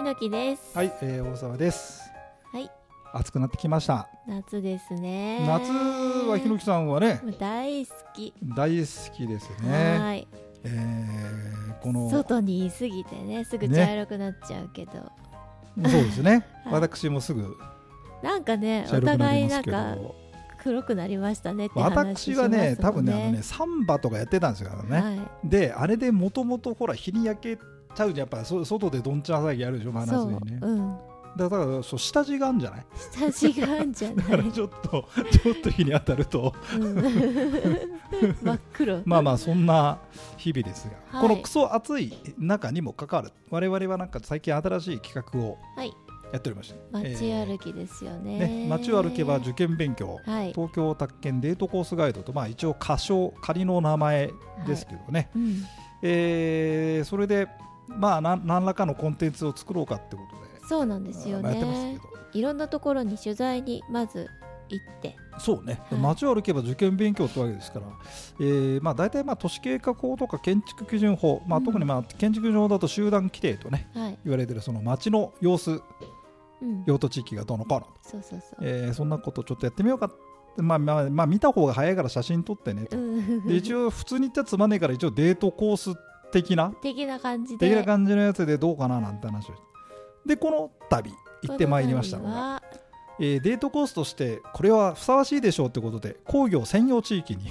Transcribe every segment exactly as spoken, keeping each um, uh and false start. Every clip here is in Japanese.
のきです。 はい、えー、大沢です。 はい。 暑くなってきました。 夏ですね。 夏はひのきさんはね、 大好き。 大好きですね。 はい。 えー、この外にいすぎてね、すぐ茶色くなっちゃうけど。 ね、そうですね。 はい、 私もすぐなんかね、お互いなんか黒くなりましたねって話しますもんね。 私はね、多分ね、あのね、サンバとかやってたんですよね。はい、で、あれでもともとほら日に焼けちゃうじゃん、やっぱそ外でどんちゃん騒ぎやるでしょ、真夏にね。 うん、 だからそう下地があるんじゃない？ 下地があるんじゃない？だからちょっとちょっと日に当たると、うん、 真っ黒。 まあまあそんな日々ですが、 はい、 このクソ暑い中にもかかわらず、我々はなんか最近新しい企画をやっておりまして、 はい、街歩きですよね。 えー、ね、街を歩けば受験勉強、 はい、 東京宅建デートコースガイドと、まあ、一応仮称仮の名前ですけどね、はい、うん、えー、それでまあ何何らかのコンテンツを作ろうかってことで、 そうなんですよね、やってますけど、いろんなところに取材にまず行って、 そうね、はい、街を歩けば受験勉強ってわけですから、えーまあ、大体まあ都市計画法とか建築基準法、まあ、特にまあ建築基準法だと集団規定とね、はい、言われているその街の様子、うん、用途地域がどうのこうの、そうそうそう、えー、そんなことちょっとやってみようかって、まあまあまあ、見た方が早いから写真撮ってねと、うん、で一応普通に言ったらつまんねえから一応デートコース的な的な感じで的な感じのやつでどうかななんて話をで、この度行ってまいりましたのが、えー、デートコースとしてこれはふさわしいでしょうということで工業専用地域に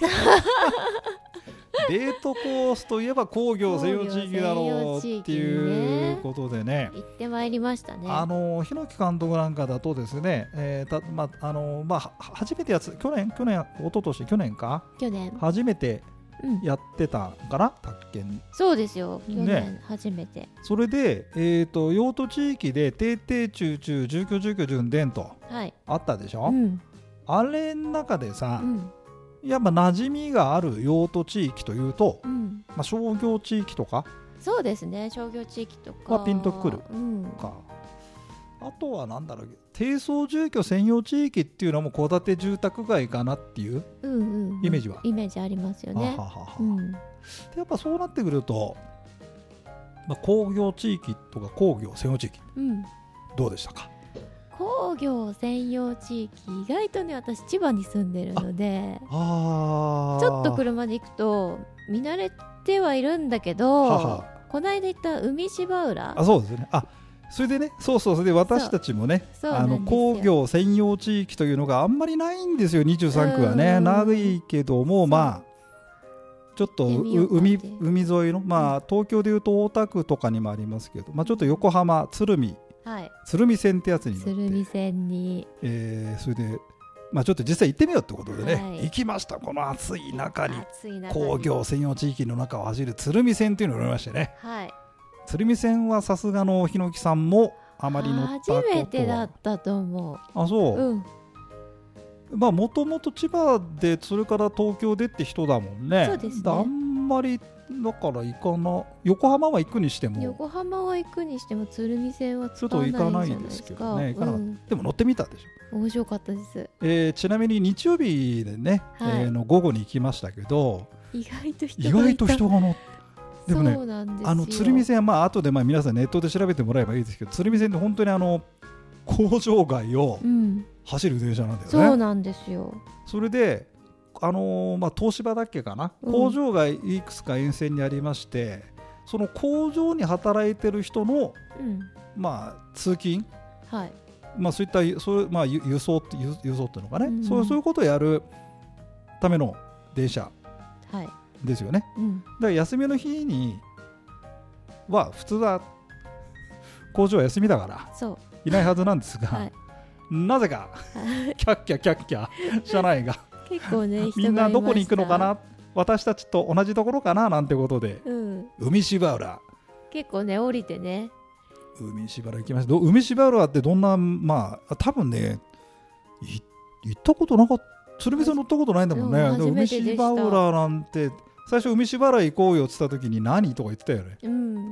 デートコースといえば工業専用地域だろうっていうことでね、 行ってまいりましたね。 あの日野木監督なんかだとですね、えーたまあのまあ、初めてやつ去年去年一昨年去年か去年初めてやってたかな、うん、宅建。 そうですよ、去年初めて、ね、 それで、えーと、用途地域で低低中中住居住居順伝とあったでしょ、はい、うん、あれの中でさ、うん、やっぱ馴染みがある用途地域というと、うん、まあ、商業地域とか、 そうですね、商業地域とかはピンとくるか、うん、あとはなんだろう、低層住居専用地域っていうのも戸建て住宅街かなっていうイメージは、うんうんうん、 イメージありますよね。ははは、うん、でやっぱそうなってくると、まあ、工業地域とか工業専用地域、うん、どうでしたか？ 工業専用地域、意外とね、私千葉に住んでるので、ああちょっと車で行くと見慣れてはいるんだけど、はは、この間行った海芝浦、 あ、そうですね、あ、それでね、そうそう、それで私たちもね、あの工業専用地域というのがあんまりないんですよ、にじゅうさんくはね、ないけども、まあちょっと海、海沿いの、まあ、東京でいうと大田区とかにもありますけど、まあ、ちょっと横浜鶴見、はい、鶴見線ってやつに乗って、 鶴見線に、 えー、それで、まあ、ちょっと実際行ってみようってことでね、はい、行きました。この暑い中に工業専用地域の中を走る鶴見線というのを乗りましてね、はい、鶴見線はさすがの日野木さんもあまり乗ったことは初めてだったと思う。 あ、そう、うん、まあもともと千葉でそれから東京でって人だもんね。 そうですね、 あんまりだから行かな、横浜は行くにしても横浜は行くにしても鶴見線は使わないじゃないですか。ちょっと行かないですけどね、行かなかった、うん、でも乗ってみたでしょ。 面白かったです、 えー、ちなみに日曜日でね、はい、えー、の午後に行きましたけど、 意外と人がいた。意外と人が乗ってでもね、そうなんですよ。あの鶴見線は、まあ後でまあ皆さんネットで調べてもらえばいいですけど、鶴見線って本当にあの工場街を走る電車なんだよね、 うん、そうなんですよ。 それであのーまあ、東芝だっけかな、うん、工場街いくつか沿線にありまして、その工場に働いてる人の、うん、まあ、通勤、はい、まあ、そういったそれ、まあ、輸送って輸輸送っていうのかね、うん、そう、そういうことをやるための電車ですよね、はい、うん、だから休みの日には普通は工場は休みだからいないはずなんですが、はい、なぜかキャッキャキャッキャ車内が結構ね、 みんなどこに行くのかな、私たちと同じところかななんてことで、うん、海芝浦結構ね降りてね、 海芝浦行きました。海芝浦ってどんな、まあ多分ね行ったことなかった、鶴見線乗ったことないんだもんね。で海芝浦なんて最初海芝浦行こうよって言った時に何とか言ってたよね、うん、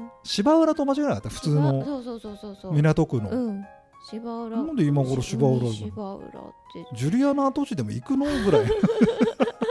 芝浦と間違いなかった、普通の港区の、うん、 芝浦、 なんで今頃芝浦芝浦ってジュリアナ跡地でも行くのぐらい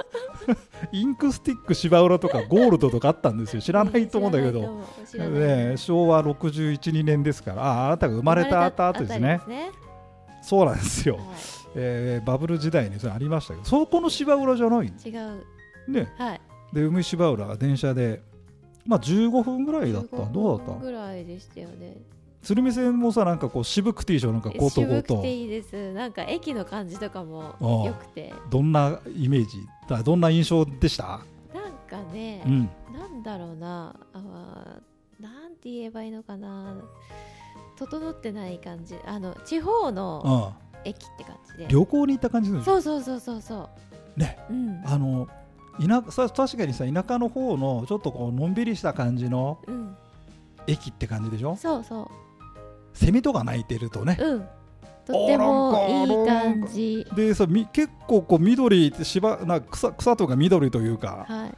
インクスティック芝浦とかゴールドとかあったんですよ。知らないと思うんだけど、ね、しょうわろくじゅういち、にねんですから、あ、あなたが生まれた後ですね。そうなんですよ、はい、えー、バブル時代にそれありましたけど、そこの芝浦じゃない。 違うね、 はい、 で海芝浦電車で、まあ、じゅうごふんぐらいだった。どうだった？ ぐらいでしたよね。 鶴見線もさ、なんかこう渋くていいでしょ。なんかゴトゴト渋くていいです。なんか駅の感じとかも良くて。 どんなイメージだ、どんな印象でした？ なんかね、うん、なんだろうな、あ、なんて言えばいいのかな、整ってない感じ、あの地方の駅って感じで、 旅行に行った感じです。 そうそうそうそうそうね、うん、あの田さ確かにさ、田舎の方のちょっとこうのんびりした感じの駅って感じでしょ、うん、 そうそう、 セミとか鳴いてるとね、 うん、とってもいい感じでさ、み結構こう緑芝な 草, 草とか緑というか、はい、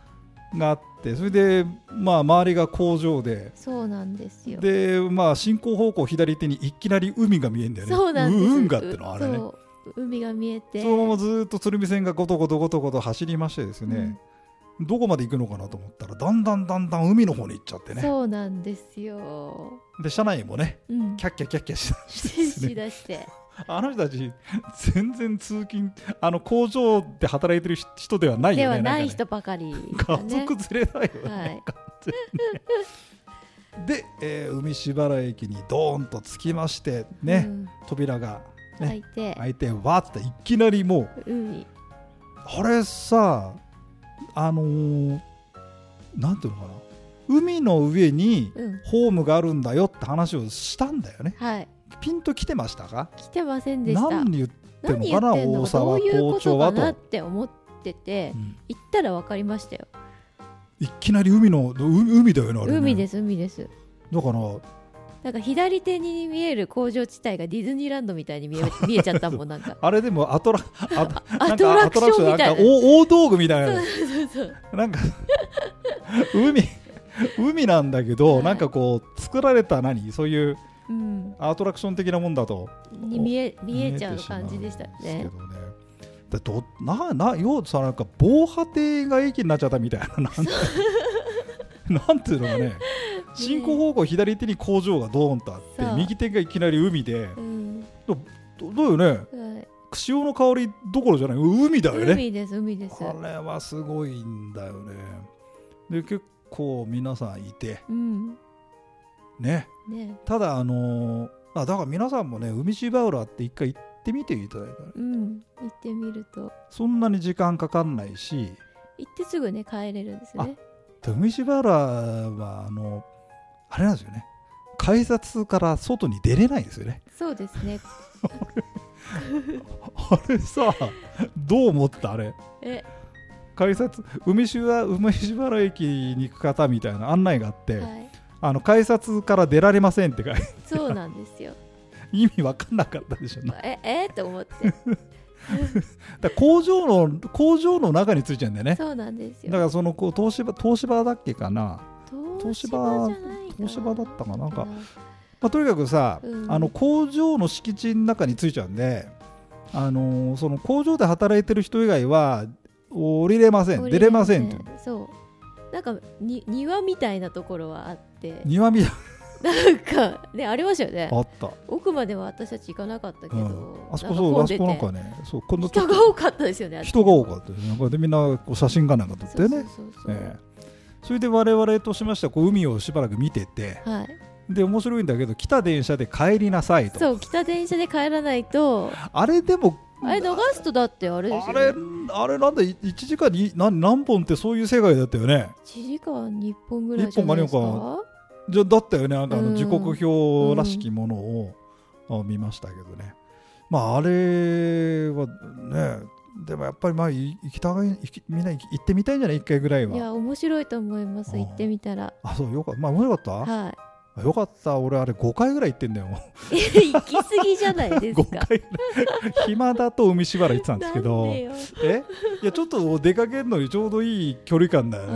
があって、それでまあ周りが工場で、 そうなんですよ。 でまあ進行方向左手にいきなり海が見えるんだよね。 そうなんです。 運河ってのあれね、 海が見えて、 そのままずっと鶴見線がゴトゴトゴトゴト走りましてですね、うん、どこまで行くのかなと思ったら、だんだんだんだん海の方に行っちゃってね。 そうなんですよ。 で車内もね、うん、キャッキャキャッキャしだしてですね、しだしてあの人たち全然通勤、あの工場で働いてる人ではないよね。 ではない人ばかり、ね、 家族連れだよね、はい、で、えー、海芝原駅にドーンと着きましてね、うん、扉がね、開いて開いてわーっていきなりもう海、あれさ、あのー、なんていうのかな、海の上にホームがあるんだよって話をしたんだよね、うん、はい、ピンと来てましたか？ 来てませんでした。 何言ってんのかな、大沢校長はと。どういうことかなって思ってて、うん、行ったら分かりましたよ。 いきなり海の海だよね、あれね。 海です海です。 だからなんか左手に見える工場地帯がディズニーランドみたいに見え、見えちゃったもん。なんかあれでもアトラあアトラクションみたいな、 大道具みたいな、 そうそうそう、 なんか海海なんだけど、はい、なんかこう作られた何そういう、うん、アトラクション的なもんだとに見え見えちゃう感じでしたね。 だどなな要さ、なんか防波堤が駅になっちゃったみたいな、なんてなんていうのかね、進行方向左手に工場がドーンとあって、右手がいきなり海で、うん、どどうよね、はい、潮の香りどころじゃない、海だよね。 海です海です。 あれはすごいんだよね。で結構皆さんいて、うん、ね, ねただあのー、あだから皆さんもね、海芝浦って一回行ってみていただいたら、 うん、行ってみるとそんなに時間かかんないし、 行ってすぐね帰れるんですね。 海芝浦はあのあれなんですよね、改札から外に出れないですよね。 そうですねあれさ、どう思った？あれえ改札、海芝海芝原駅に行く方みたいな案内があって、はい、あの改札から出られませんって書いて、 そうなんですよ意味分かんなかったでしょ。 ええー、って思ってだ工場の工場の中についちゃうんだよね。 そうなんですよ。 だからそのこう東芝東芝だっけかな、 東芝じゃないかな、 東芝だったかな、なんか、まあ、とにかくさ、うん、あの工場の敷地の中についちゃうんで、あのー、その工場で働いてる人以外は降りれません、出れませんって。 そうなんかに庭みたいなところはあって、 庭みたいなんかね、ありましたよね。 あった。 奥までは私たち行かなかったけど、うん、 あそこそう、あそこなんかね、そう今度人が多かったですよね。 人が多かったですね。これでみんなこう写真かなんか撮ってね。それで我々としましてはこう海をしばらく見てて、はい、で面白いんだけど、来た電車で帰りなさいと。 そう、来た電車で帰らないと。 あれでもあれ逃すとだってあれですよね。 あれあれなんだ、いちじかんに 何, 何本ってそういう世界だったよね。 いちじかんにいっぽんぐらいじゃないですか。 じゃだったよね。なんかあの時刻表らしきものを、うん、見ましたけどね。まああれはね、でもやっぱりまあ行きたい、みんな行ってみたいんじゃない、一回ぐらいは。 いや面白いと思います、行ってみたら。 あ、そうよかった。まあ面白かった。はい。よかった。俺あれごかいぐらい行ってんだよ。 行き過ぎじゃないですか。ごかい暇だと海しばら行ってたんですけど、えいやちょっと出かけるのにちょうどいい距離感だよね。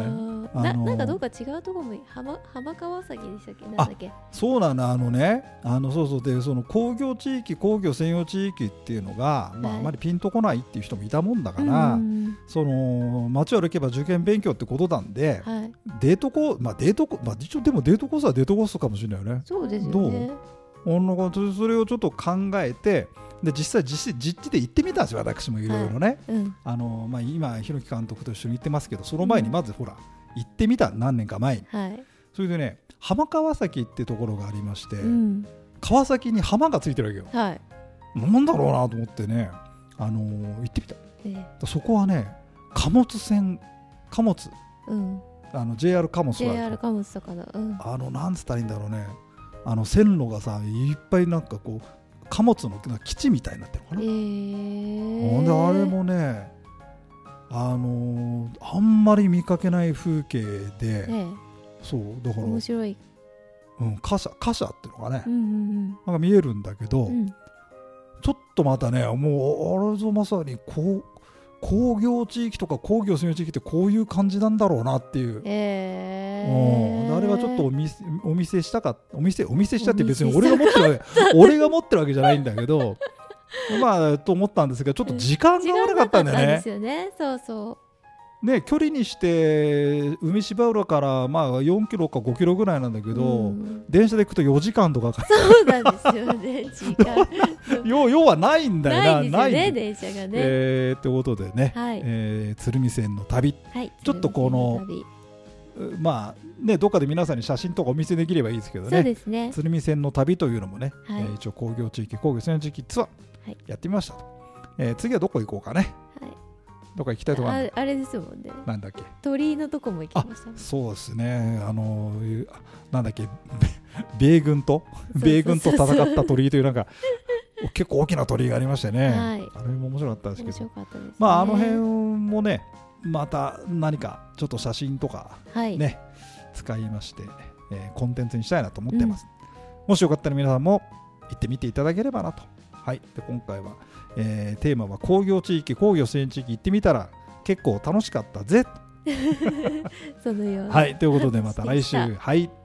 な, なんかどうか違うところも浜浜川崎でしたっけ、なんだっけ。 そうなの、あのね、あのそうそうで、その工業地域工業専用地域っていうのが、まあ、あまりピンとこないっていう人もいたもんだから、うん、その街を歩けば受験勉強ってことなんで、はい、デートコース、まあデートコ、まあ、一応でもデートコースはデートコースかもしれないよね。 そうですよね。 どうそれをちょっと考えて、で実際実実地で行ってみたんですよ、私もいろいろね、はい、うん、あのまあ、今弘樹監督と一緒に行ってますけど、その前にまずほら、うん、行ってみた、何年か前に、はい、それでね、浜川崎ってところがありまして、うん、川崎に浜がついてるわけよ、はい、なんだろうなと思ってね、あのー、行ってみた、ええ、そこはね、貨物船貨物、うん、あの ジェイアール 貨物ジェイアール 貨物とかの、うん、 あのなんつったらいいんだろうね、あの線路がさ、いっぱいなんかこう貨物の基地みたいになってるのかな、えー、であれもね、あのー、あんまり見かけない風景で、えー、そうだから面白い、 うん、貨車貨車っていうのがね、うんうんうん、なんか見えるんだけど、うん、ちょっとまたね、もうあれぞまさにこう工業地域とか工業専用地域ってこういう感じなんだろうなっていう、えー、うん、あれはちょっとお見せ、お見せしたかお見せお見せしたって別に俺が持ってるわけ俺が持ってるわけじゃないんだけどまあと思ったんですが、ちょっと時間が悪かったんだよね。 ですよね、そうそうね、距離にして海芝浦からまあよんキロかごキロぐらいなんだけど、うん、電車で行くとよじかんとかかかる。 そうなんですよね、時間要, 要はないんだよな、 ないですよね、電車がね。 えー、ってことでね、はい、えー、鶴見線の旅、はい、ちょっとこのまあね、どっかで皆さんに写真とかお見せできればいいですけどね、 そうですね、 鶴見線の旅というのもね、はい、えー、一応工業地域工業専用地域ツアーやってみましたと、はい、えー、次はどこ行こうかね、はい、どこ行きたいところ あ, あれですもんね、 なんだっけ、 鳥居のとこも行きましたね。 そうですね、あのー、なんだっけ米軍と米軍と戦った鳥居というなんか結構大きな鳥居がありましてね、はい、あれも面白かったですけど、面白かったですね、まあ、あの辺もね、また何かちょっと写真とかね、はい、使いまして、えー、コンテンツにしたいなと思ってます、うん、もしよかったら皆さんも行ってみていただければなと。はい、で今回は、えー、テーマは工業地域工業専用地域行ってみたら結構楽しかったぜそのようなはい、ということでまた来週はい